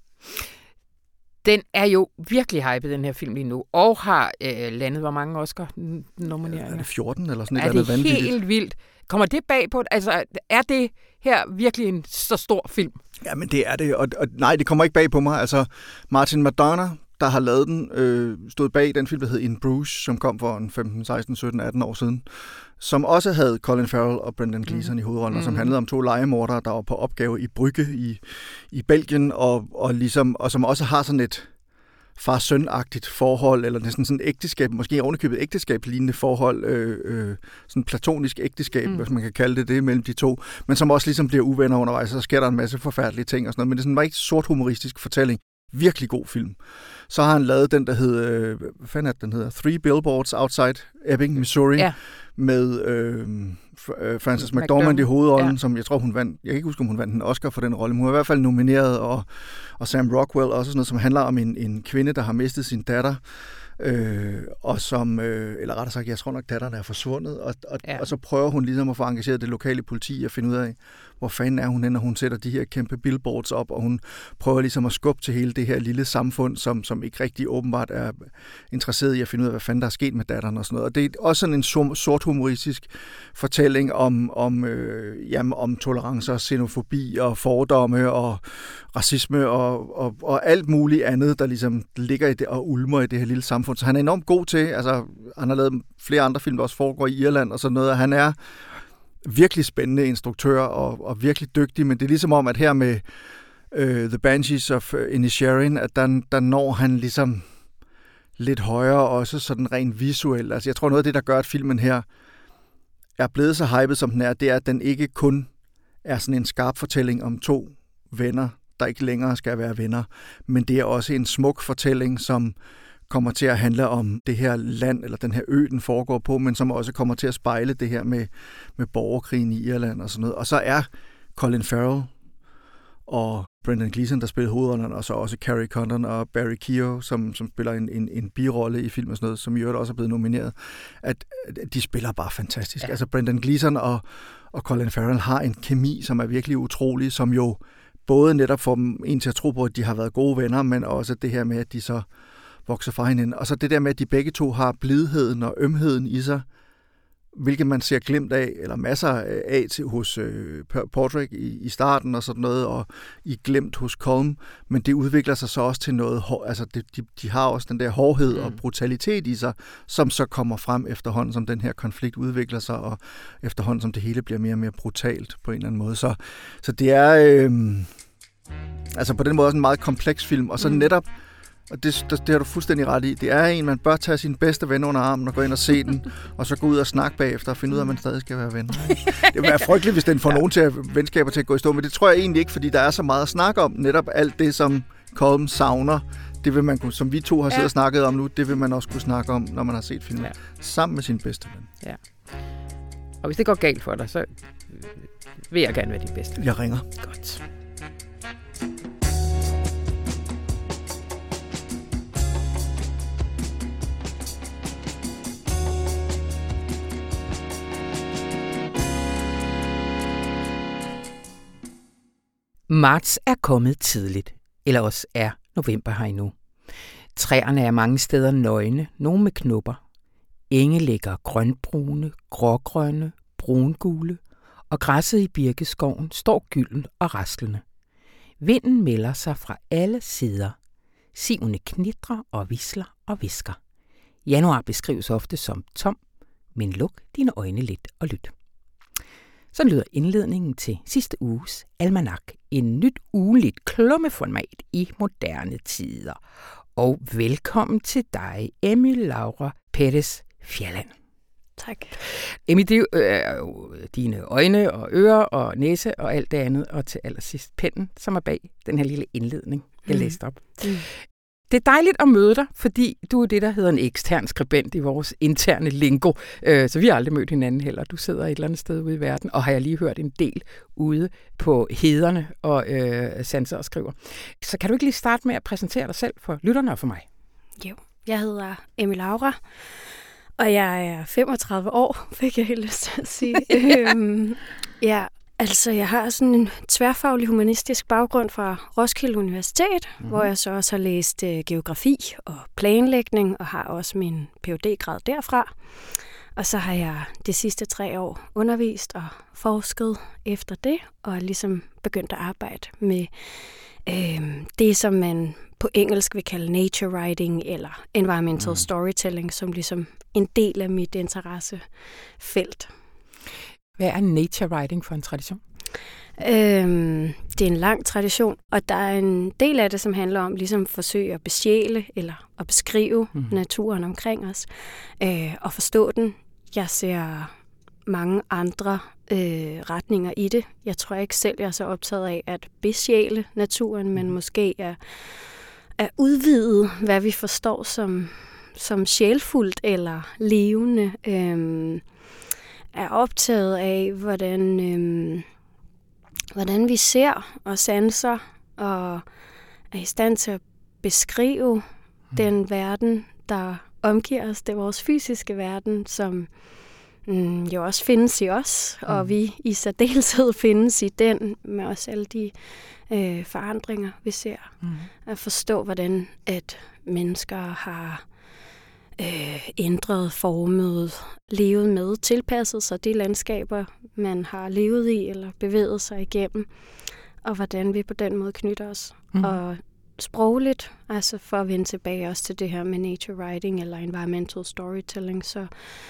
Den er jo virkelig hypet, den her film lige nu, og har øh, landet hvor mange Oscar-nomineringer? Ja, er det fjorten eller sådan et er eller andet vanvittigt? Er det helt vildt? Kommer det bag på? Altså, er det her virkelig en så stor film? Ja, men det er det, og, og nej, det kommer ikke bag på mig. Altså, Martin McDonagh, der har lavet den, øh, stod bag den film, der hed In Bruges, som kom for en femten, seksten, sytten, atten år siden, som også havde Colin Farrell og Brendan Gleeson mm. i hovedrollen, mm. som handlede om to lejemordere, der var på opgave i Brygge i, i Belgien, og, og, ligesom, og som også har sådan et far-søn-agtigt forhold, eller næsten sådan et ægteskab, måske ovenikøbet ægteskab-lignende forhold, øh, øh, sådan platonisk ægteskab, mm. hvis man kan kalde det det, mellem de to, men som også ligesom bliver uvenner undervejs, så sker der en masse forfærdelige ting og sådan noget, men det er sådan en rigtig sort humoristisk fortælling. Virkelig god film. Så har han lavet den, der hedder, øh, hvad fanden er den hedder? Three Billboards Outside Ebbing, Missouri, ja. med øh, Frances McDormand i hovedrollen, ja. som jeg tror, hun vandt, jeg kan ikke huske, om hun vandt en Oscar for den rolle, men hun er i hvert fald nomineret, og, og Sam Rockwell også sådan noget, som handler om en, en kvinde, der har mistet sin datter, øh, og som, øh, eller rettere sagt, jeg tror nok, datteren er forsvundet, og, og, ja. og så prøver hun ligesom at få engageret det lokale politi og finde ud af, hvor fanden er hun, når hun sætter de her kæmpe billboards op, og hun prøver ligesom at skubbe til hele det her lille samfund, som, som ikke rigtig åbenbart er interesseret i at finde ud af, hvad fanden der er sket med datteren og sådan noget. Og det er også sådan en sort humoristisk fortælling om, om, øh, jamen, om tolerance og xenofobi og fordomme og racisme og, og, og alt muligt andet, der ligesom ligger i det og ulmer i det her lille samfund. Så han er enormt god til, altså han har lavet flere andre film, der også foregår i Irland og sådan noget, og han er virkelig spændende instruktør og, og virkelig dygtig, men det er ligesom om, at her med uh, The Banshees of Inisherin, at der, der når han ligesom lidt højere, også sådan rent visuelt. Altså jeg tror noget af det, der gør, at filmen her er blevet så hypet, som den er, det er, at den ikke kun er sådan en skarp fortælling om to venner, der ikke længere skal være venner, men det er også en smuk fortælling, som kommer til at handle om det her land, eller den her ø, den foregår på, men som også kommer til at spejle det her med, med borgerkrigen i Irland og sådan noget. Og så er Colin Farrell og Brendan Gleeson, der spiller hovedrollerne, og så også Carrie Condon og Barry Keogh, som, som spiller en, en, en birolle i film og sådan noget, som i øvrigt også er blevet nomineret, at, at de spiller bare fantastisk. Ja. Altså Brendan Gleeson og, og Colin Farrell har en kemi, som er virkelig utrolig, som jo både netop får dem en til at tro på, at de har været gode venner, men også det her med, at de så vokser fra hinanden. Og så det der med, at de begge to har blidheden og ømheden i sig, hvilket man ser glimt af, eller masser af til hos øh, Padraic i, i starten og sådan noget, og i glemt hos Colm, men det udvikler sig så også til noget, altså det, de, de har også den der hårdhed mm. og brutalitet i sig, som så kommer frem efterhånden, som den her konflikt udvikler sig, og efterhånden, som det hele bliver mere og mere brutalt på en eller anden måde. Så, så det er øh, altså på den måde også en meget kompleks film, og så mm. netop Og det, det, det har du fuldstændig ret i. Det er en, man bør tage sin bedste ven under armen og gå ind og se den, og så gå ud og snakke bagefter og finde ud af, at man stadig skal være venner. Det vil være frygteligt, hvis den får ja. nogen til at, venskaber til at gå i stå, men det tror jeg egentlig ikke, fordi der er så meget at snakke om. Netop alt det, som Colm savner, det vil man kunne, som vi to har siddet ja. og snakket om nu, det vil man også kunne snakke om, når man har set filmen, ja. sammen med sin bedste ven. Ja. Og hvis det går galt for dig, så vil jeg gerne være din bedste ven. Jeg ringer. Godt. Marts er kommet tidligt, eller også er november her endnu. Træerne er mange steder nøgne, nogle med knopper. Enge ligger grønbrune, grågrønne, brungule, og græsset i birkeskoven står gyldent og raslende. Vinden melder sig fra alle sider. Sivene knitrer og visler og visker. Januar beskrives ofte som tom, men luk dine øjne lidt og lyt. Så lyder indledningen til sidste uges almanak, en nyt ugeligt klummeformat i moderne tider. Og velkommen til dig, Emmy Laura Perez Fjelland. Tak. Emmy, det er jo øh, dine øjne og ører og næse og alt det andet, og til allersidst pennen, som er bag den her lille indledning, jeg mm. læste op. Mm. Det er dejligt at møde dig, fordi du er det, der hedder en ekstern skribent i vores interne lingo. Så vi har aldrig mødt hinanden heller. Du sidder et eller andet sted ude i verden, og har jeg lige hørt en del ude på hederne og øh, sanser og skriver. Så kan du ikke lige starte med at præsentere dig selv for lytterne og for mig? Jo, jeg hedder Emmy Laura, og jeg er femogtredive år, fik jeg helt lyst til at sige. øhm, ja, altså jeg har sådan en tværfaglig humanistisk baggrund fra Roskilde Universitet, mm-hmm. hvor jeg så også har læst øh, geografi og planlægning, og har også min P H D-grad derfra. Og så har jeg de sidste tre år undervist og forsket efter det, og er ligesom begyndt at arbejde med øh, det, som man på engelsk vil kalde nature writing eller environmental mm. storytelling, som ligesom en del af mit interessefelt. Hvad er nature writing for en tradition? Øhm, det er en lang tradition, og der er en del af det, som handler om ligesom at forsøge at bestjæle eller at beskrive mm. naturen omkring os øh, og forstå den. Jeg ser mange andre øh, retninger i det. Jeg tror ikke selv, jeg er så optaget af at bestjæle naturen, men måske at, at udvide, hvad vi forstår som, som sjælfuldt eller levende. Øh, er optaget af, hvordan, øh, hvordan vi ser og sanser, og er i stand til at beskrive mm. den verden, der omgiver os. Det er vores fysiske verden, som mm, jo også findes i os, mm. og vi i særdeleshed findes i den, med også alle de øh, forandringer, vi ser. Mm. At forstå, hvordan at mennesker har Øh, ændret, formet, levet med, tilpasset sig de landskaber, man har levet i eller bevæget sig igennem, og hvordan vi på den måde knytter os. Mm. Og sprogligt, altså for at vende tilbage også til det her med nature writing eller environmental storytelling, så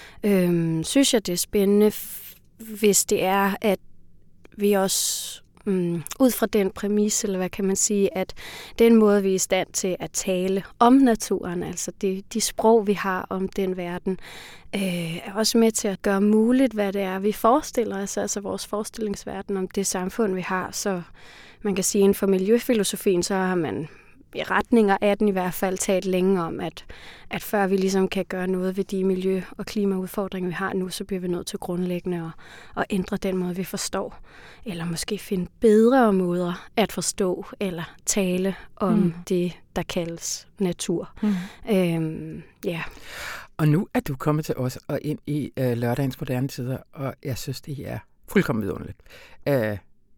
øh, synes jeg, det er spændende, f- hvis det er, at vi også Mm, ud fra den præmis, eller hvad kan man sige, at den måde, vi er i stand til at tale om naturen, altså de, de sprog, vi har om den verden, øh, er også med til at gøre muligt, hvad det er, vi forestiller os, altså vores forestillingsverden om det samfund, vi har. Så man kan sige, inden for miljøfilosofien, så har man i retninger af den i hvert fald talt længe om, at, at før vi ligesom kan gøre noget ved de miljø- og klimaudfordringer, vi har nu, så bliver vi nødt til grundlæggende at, at ændre den måde, vi forstår. Eller måske finde bedre måder at forstå eller tale om mm. det, der kaldes natur. Mm. Øhm, ja. Og nu er du kommet til os og ind i øh, lørdagens moderne tider, og jeg synes, det er fuldkommen vidunderligt. Øh,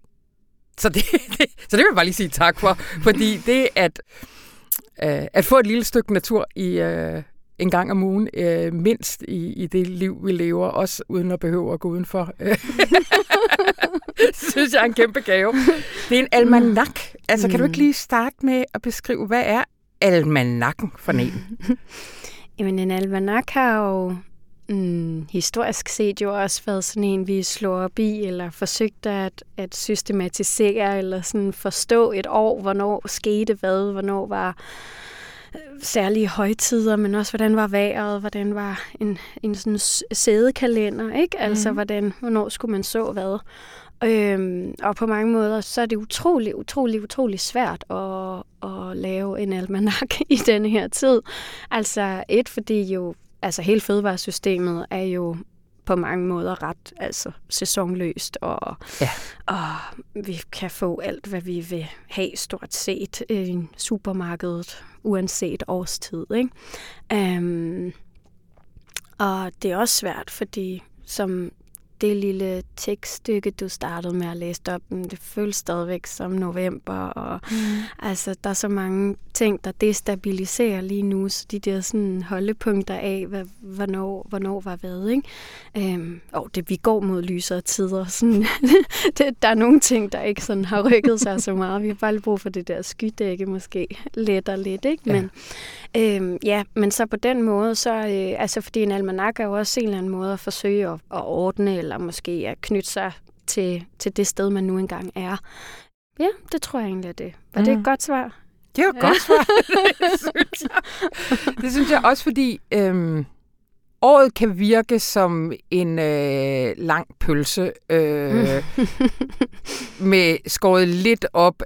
Så det, det, så det vil jeg bare lige sige tak for, fordi det at, øh, at få et lille stykke natur i øh, en gang om ugen, øh, mindst i, i det liv, vi lever, også uden at behøve at gå udenfor, øh, synes jeg er en kæmpe gave. Det er en almanak. Altså, kan du ikke lige starte med at beskrive, hvad er almanakken for en? Jamen, en almanak har jo Mm, historisk set jo også været sådan en, vi slår op i, eller forsøgte at, at systematisere, eller sådan forstå et år, hvornår skete hvad, hvornår var særlige højtider, men også hvordan var vejret, hvordan var en, en sådan sædekalender, ikke? Altså, mm. hvordan, hvornår skulle man så hvad? Øhm, og på mange måder, så er det utrolig, utrolig, utrolig svært at, at lave en almanak i denne her tid. Altså, et, fordi jo, altså hele fødevaresystemet er jo på mange måder ret altså sæsonløst, og, ja. og vi kan få alt, hvad vi vil have stort set i supermarkedet, uanset årstid. Ikke? Um, og det er også svært, fordi som det lille tekststykke, du startede med at læse op, det føles stadigvæk som november, og mm. altså, der er så mange ting, der destabiliserer lige nu, så de der sådan holdepunkter af, hvad, hvornår, hvornår var hvad, ikke? Øhm, og det, vi går mod lysere tider. Sådan, det, der er nogle ting, der ikke sådan har rykket sig så meget. Vi har bare lige brug for det der skydække, måske letter lidt, ikke? Men, ja. Øhm, ja, men så på den måde, så, øh, altså fordi en almanak er jo også en eller anden måde at forsøge at, at ordne, eller måske at knytte sig til, til det sted, man nu engang er. Ja, det tror jeg egentlig er det. Var mm. det et godt svar? Det var et godt svar, det synes jeg. Det synes jeg også, fordi øhm, året kan virke som en øh, lang pølse, øh, mm. med skåret lidt op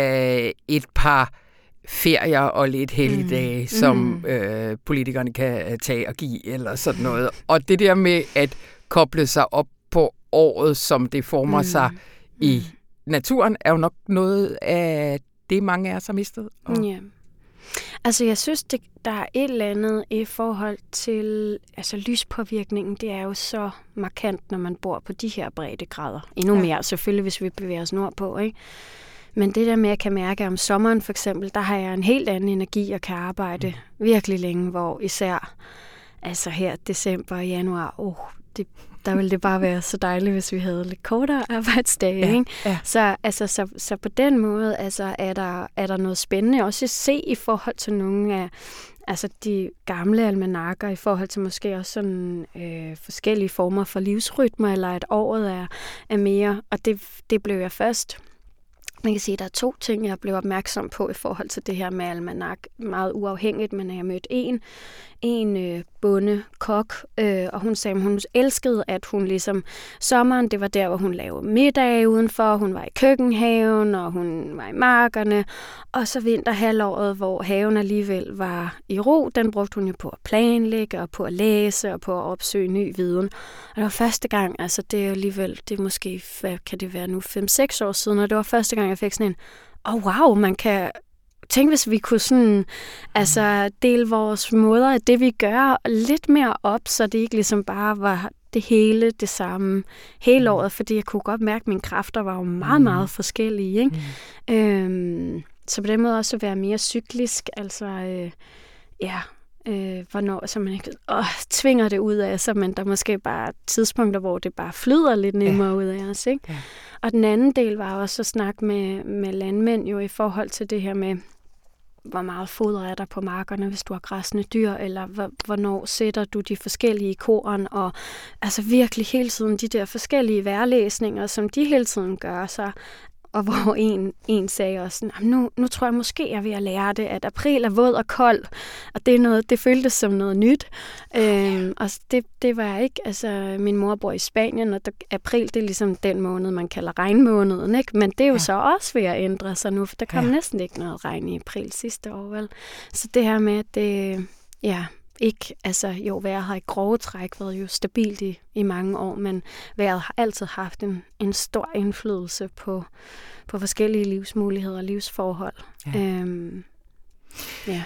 af et par ferier og lidt helligdage, mm. som øh, politikerne kan tage og give, eller sådan noget. Og det der med at koble sig op på året, som det former mm. sig i naturen, er jo nok noget af det, mange af os har mistet. Og... Ja. Altså, jeg synes, det, der er et eller andet i forhold til... Altså, lyspåvirkningen, det er jo så markant, når man bor på de her breddegrader. Endnu ja. mere, selvfølgelig, hvis vi bevæger os nordpå, ikke? Men det der med, at jeg kan mærke, om sommeren for eksempel, der har jeg en helt anden energi, og kan arbejde virkelig længe, hvor især altså her december og januar, oh, det, der ville det bare være så dejligt, hvis vi havde lidt kortere arbejdsdage. Ja, ikke? Ja. Så, altså, så, så på den måde altså, er, der, er der noget spændende også at se i forhold til nogle af altså, de gamle almanakker, i forhold til måske også sådan, øh, forskellige former for livsrytmer, eller at året er, er mere. Og det, det blev jeg først... Man kan sige, at der er to ting, jeg blev opmærksom på i forhold til det her med almanak. Meget uafhængigt, men jeg mødte en, en øh, bonde, kok, øh, og hun sagde, at hun elskede, at hun ligesom sommeren, det var der, hvor hun lavede middag udenfor, hun var i køkkenhaven, og hun var i markerne, og så vinterhalvåret, hvor haven alligevel var i ro, den brugte hun jo på at planlægge, og på at læse, og på at opsøge ny viden. Og det var første gang, altså det er jo alligevel, det er måske, hvad kan det være nu, fem seks år siden, og det var første gang, jeg fik sådan en, åh oh, wow, man kan... Tænk, hvis vi kunne sådan, altså, dele vores måder af det, vi gør, lidt mere op, så det ikke ligesom bare var det hele det samme hele året, fordi jeg kunne godt mærke, at mine kræfter var jo meget, meget forskellige. Ikke? Mm. Øhm, så på den måde også at være mere cyklisk, altså, øh, ja, øh, hvornår, så man ikke åh, tvinger det ud af sig, men der måske bare tidspunkter, hvor det bare flyder lidt nemmere ja. ud af os. Ikke? Ja. Og den anden del var også at snakke med, med landmænd jo i forhold til det her med, hvor meget foder er der på markerne, hvis du har græssende dyr, eller hvornår sætter du de forskellige i korn, og altså virkelig hele tiden de der forskellige vejrlæsninger, som de hele tiden gør sig, og hvor en, en sagde også, nu, nu tror jeg måske, jeg er ved at lære det, at april er våd og kold, og det, er noget, det føltes som noget nyt. Øhm, og det, det var ikke, altså min mor bor i Spanien, og der, april det er ligesom den måned, man kalder regnmåneden, ikke? Men det er jo ja. så også ved at ændre sig nu, for der kom ja. næsten ikke noget regn i april sidste år, vel? Så det her med, at det, ja... Ikke, altså jo, vejret har i grove træk været jo stabilt i, i mange år, men vejret har altid haft en, en stor indflydelse på, på forskellige livsmuligheder og livsforhold. Ja. Øhm, ja.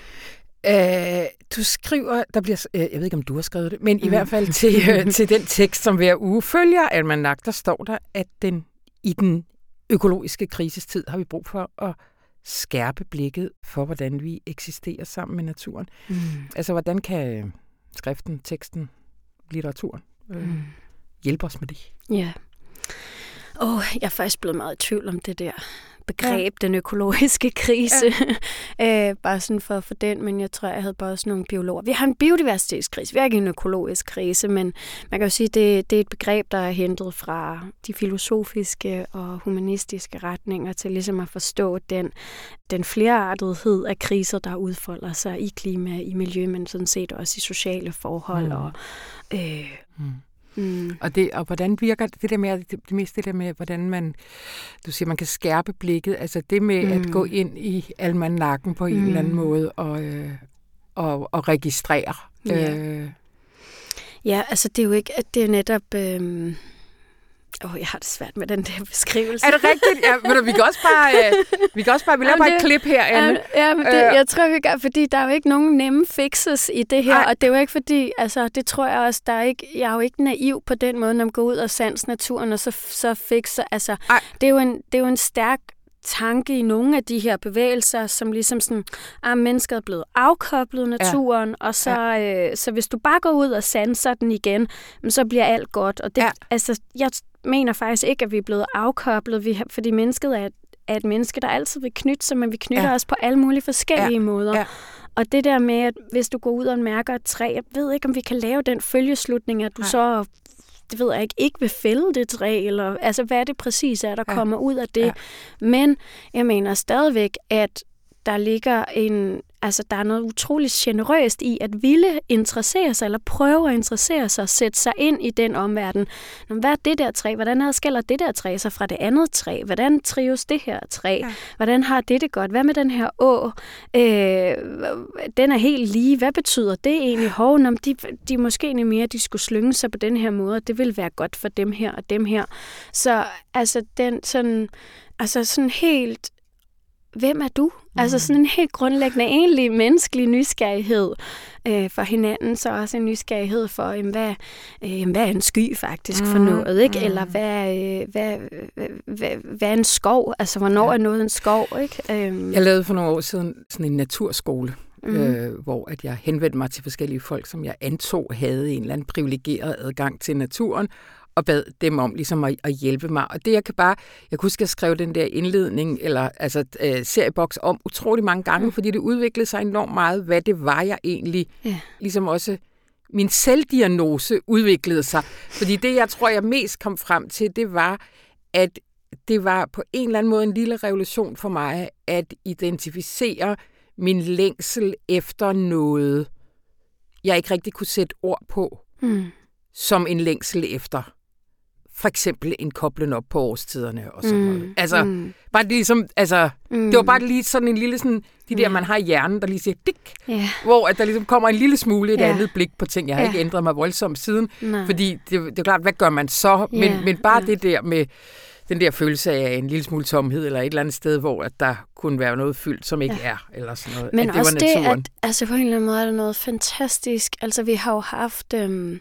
Øh, du skriver, der bliver, jeg ved ikke, om du har skrevet det, men mm. i hvert fald til, øh, til den tekst, som hver uge følger almanak, der står der, at den, i den økologiske krisestid har vi brug for at skærpe blikket for, hvordan vi eksisterer sammen med naturen. Mm. Altså, hvordan kan skriften, teksten, litteraturen øh, mm. hjælpe os med det? Ja. Åh, oh, jeg er faktisk blevet meget i tvivl om det der begreb, ja. Den økologiske krise. Ja. øh, bare sådan for, for den, men jeg tror, jeg havde bare også nogle biologer. Vi har en biodiversitetskrise, vi har ikke en økologisk krise, men man kan jo sige, det, det er et begreb, der er hentet fra de filosofiske og humanistiske retninger til ligesom at forstå den, den flerartethed af kriser, der udfolder sig i klima, i miljø, men sådan set også i sociale forhold. Mm. Og, øh, mm. Mm. Og, det, og hvordan virker det der med, det, det mest det der med, hvordan man, du siger, man kan skærpe blikket, altså det med mm. at gå ind i almanakken på en mm. eller anden måde og, øh, og, og registrere. Ja. Øh. ja, altså det er jo ikke, det er netop... Øh Åh, oh, jeg har det svært med den der beskrivelse. Er det rigtigt? Ja, men vi kan også bare, øh, vi kan også bare, vi laver bare et klip her, Anne. Ja, men det, jeg tror, vi gør, fordi der er jo ikke nogen nemme fixes i det her, Ej. Og det er jo ikke fordi, altså det tror jeg også, der er ikke, jeg er jo ikke naiv på den måde, når man går ud og sans naturen, og så, så fixer, altså det er, jo en, det er jo en stærk tanke i nogle af de her bevægelser, som ligesom sådan, at mennesket er blevet afkoblet naturen, ja. Og så, ja. øh, så hvis du bare går ud og sanser den igen, så bliver alt godt. Og det, ja. altså, jeg mener faktisk ikke, at vi er blevet afkoblet, vi, fordi mennesket er, er et menneske, der altid vil knytte sig, men vi knytter ja. Os på alle mulige forskellige ja. Måder. Ja. Og det der med, at hvis du går ud og mærker et træ, jeg ved ikke, om vi kan lave den følgeslutning, at du Nej. Så det ved jeg ikke, ikke vil fælde det træ, eller altså hvad det præcis er, der ja. Kommer ud af det. Ja. Men jeg mener stadigvæk, at der ligger en, altså der er noget utroligt generøst i, at ville interessere sig, eller prøve at interessere sig, sætte sig ind i den omverden. Hvad er det der træ? Hvordan adskiller det der træ sig fra det andet træ? Hvordan trives det her træ? Ja. Hvordan har det det godt? Hvad med den her å? Øh, den er helt lige. Hvad betyder det egentlig? Hov, når de, de måske egentlig mere, de skulle slynge sig på den her måde, det ville være godt for dem her og dem her. Så altså den sådan, altså sådan helt hvem er du? Mm. Altså sådan en helt grundlæggende, egentlig menneskelig nysgerrighed øh, for hinanden, så også en nysgerrighed for, øh, hvad, øh, hvad er en sky faktisk mm. for noget, ikke? Mm. Eller hvad, øh, hvad, hvad, hvad er en skov? Altså, hvornår ja. Er noget en skov, ikke? Øh. Jeg lavede for nogle år siden sådan en naturskole, mm. øh, hvor at jeg henvendte mig til forskellige folk, som jeg antog havde en eller anden privilegeret adgang til naturen, og bad dem om ligesom at, at hjælpe mig. Og det, jeg kan bare... Jeg kunne huske, at jeg skrev den der indledning, eller altså øh, serieboks om utrolig mange gange, mm. fordi det udviklede sig enormt meget, hvad det var, jeg egentlig... Yeah. Ligesom også... Min selvdiagnose udviklede sig. Fordi det, jeg tror, jeg mest kom frem til, det var, at det var på en eller anden måde en lille revolution for mig, at identificere min længsel efter noget, jeg ikke rigtig kunne sætte ord på, mm. som en længsel efter for eksempel en koblen op på årstiderne og sådan noget. Mm. Altså, mm. bare det ligesom, altså, mm. det var bare lige sådan en lille sådan, de der, yeah. man har i hjernen, der lige siger, dik, yeah. hvor at der ligesom kommer en lille smule et yeah. andet blik på ting. Jeg har yeah. ikke ændret mig voldsomt siden, Nej. Fordi det, det er klart, hvad gør man så? Men, yeah. men bare yeah. det der med den der følelse af en lille smule tomhed, eller et eller andet sted, hvor at der kunne være noget fyldt, som ikke ja. Er, eller sådan noget. Men at det også var naturen. Det, at altså på en eller anden måde er det noget fantastisk. Altså, vi har jo haft... Øhm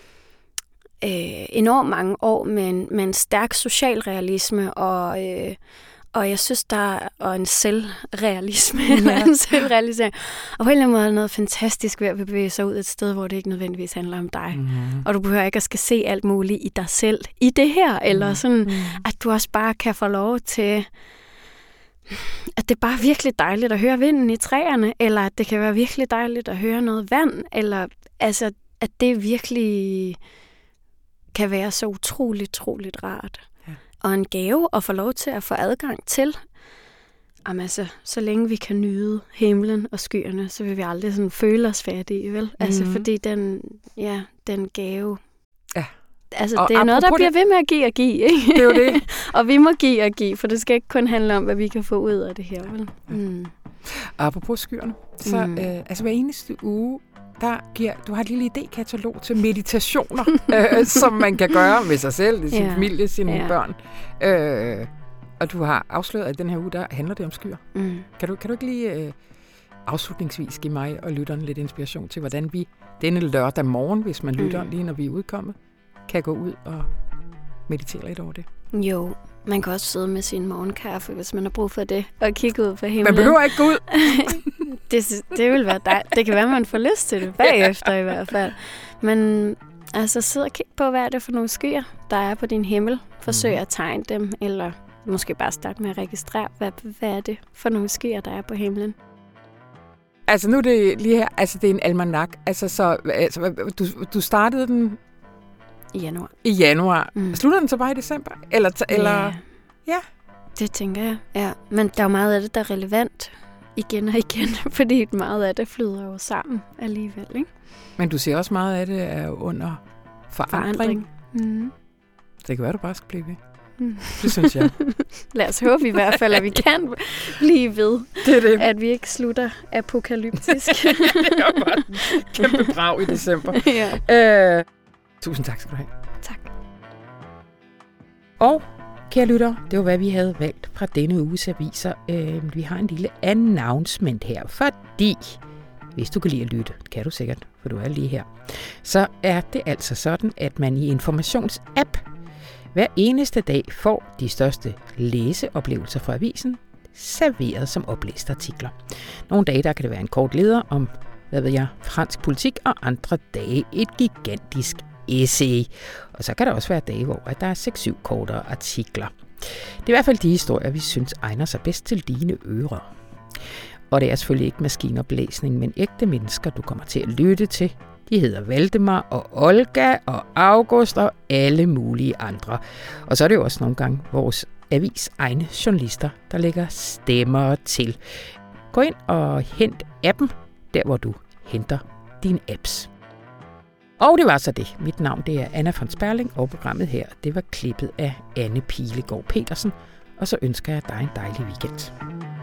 Øh, enormt mange år med en, med en stærk socialrealisme og, øh, og jeg synes, der er og en selvrealisme ja. Eller en selvrealisering. Og på en eller anden måde er noget fantastisk ved at bevæge sig ud et sted, hvor det ikke nødvendigvis handler om dig. Mm-hmm. Og du behøver ikke at skal se alt muligt i dig selv i det her, eller mm-hmm. sådan, at du også bare kan få lov til, at det er bare virkelig dejligt at høre vinden i træerne, eller at det kan være virkelig dejligt at høre noget vand, eller altså, at det virkelig kan være så utroligt, utroligt rart. Ja. Og en gave at få lov til at få adgang til. Jamen altså, så længe vi kan nyde himlen og skyerne, så vil vi aldrig sådan føle os færdige, vel? Mm-hmm. Altså, fordi den, ja, den gave... Ja. Altså, og det er noget, der bliver det... ved med at give og give, ikke? Det er jo det. Og vi må give og give, for det skal ikke kun handle om, hvad vi kan få ud af det her, vel? Mm. Apropos skyerne, så mm. øh, altså hver eneste uge, der giver, du har et lille idékatalog til meditationer, øh, som man kan gøre med sig selv, sin yeah. familie, sine yeah. børn. Øh, og du har afsløret, at den her uge, der handler det om skyer. Mm. Kan, du, kan du ikke lige øh, afslutningsvis give mig og lytterne lidt inspiration til, hvordan vi denne lørdag morgen, hvis man lytter mm. lige når vi er udkommet, kan gå ud og meditere lidt over det? Jo, man kan også sidde med sin morgenkaffe, hvis man har brug for det, og kigge ud på himlen. Man behøver ikke gå ud. det, det vil være dejligt. Det kan være, at man får lyst til det bagefter i hvert fald. Men altså, sid og kig på, hvad er det for nogle skyer, der er på din himmel. Forsøg at tegne dem, eller måske bare starte med at registrere, hvad, hvad er det for nogle skyer, der er på himlen. Altså nu er det lige her, altså det er en almanak. Altså så, altså, du, du startede den i januar. I januar. Mm. Slutter den så bare i december? Eller, t- eller... Ja. ja. Det tænker jeg, ja. Men der er jo meget af det, der er relevant igen og igen, fordi meget af det flyder jo sammen alligevel, ikke? Men du siger også meget af det er under forandring. forandring. Mm. Det kan være, du bare skal blive ved. Mm. Det synes jeg. Lad os håbe i hvert fald, at vi kan blive ved. Det er det. At vi ikke slutter apokalyptisk. Det var bare en kæmpe brag i december. Ja. Øh, tusind tak skal du have. Tak. Og kære lytter, det var hvad vi havde valgt fra denne uges aviser. Øh, vi har en lille announcement her, fordi hvis du kan lide at lytte, kan du sikkert, for du er lige her, så er det altså sådan, at man i Informations-app hver eneste dag får de største læseoplevelser fra avisen serveret som oplæste artikler. Nogle dage der kan det være en kort leder om, hvad ved jeg, fransk politik, og andre dage et gigantisk essay. Og så kan der også være dage, hvor der er seks syv kortere artikler. Det er i hvert fald de historier, vi synes egner sig bedst til dine ører. Og det er selvfølgelig ikke maskinoplæsning, men ægte mennesker, du kommer til at lytte til. De hedder Valdemar og Olga og August og alle mulige andre. Og så er det jo også nogle gange vores avis egne journalister, der lægger stemmer til. Gå ind og hent appen, der hvor du henter dine apps. Og det var så det. Mit navn det er Anna von Sperling, og programmet her det var klippet af Anne Pilegaard Petersen. Og så ønsker jeg dig en dejlig weekend.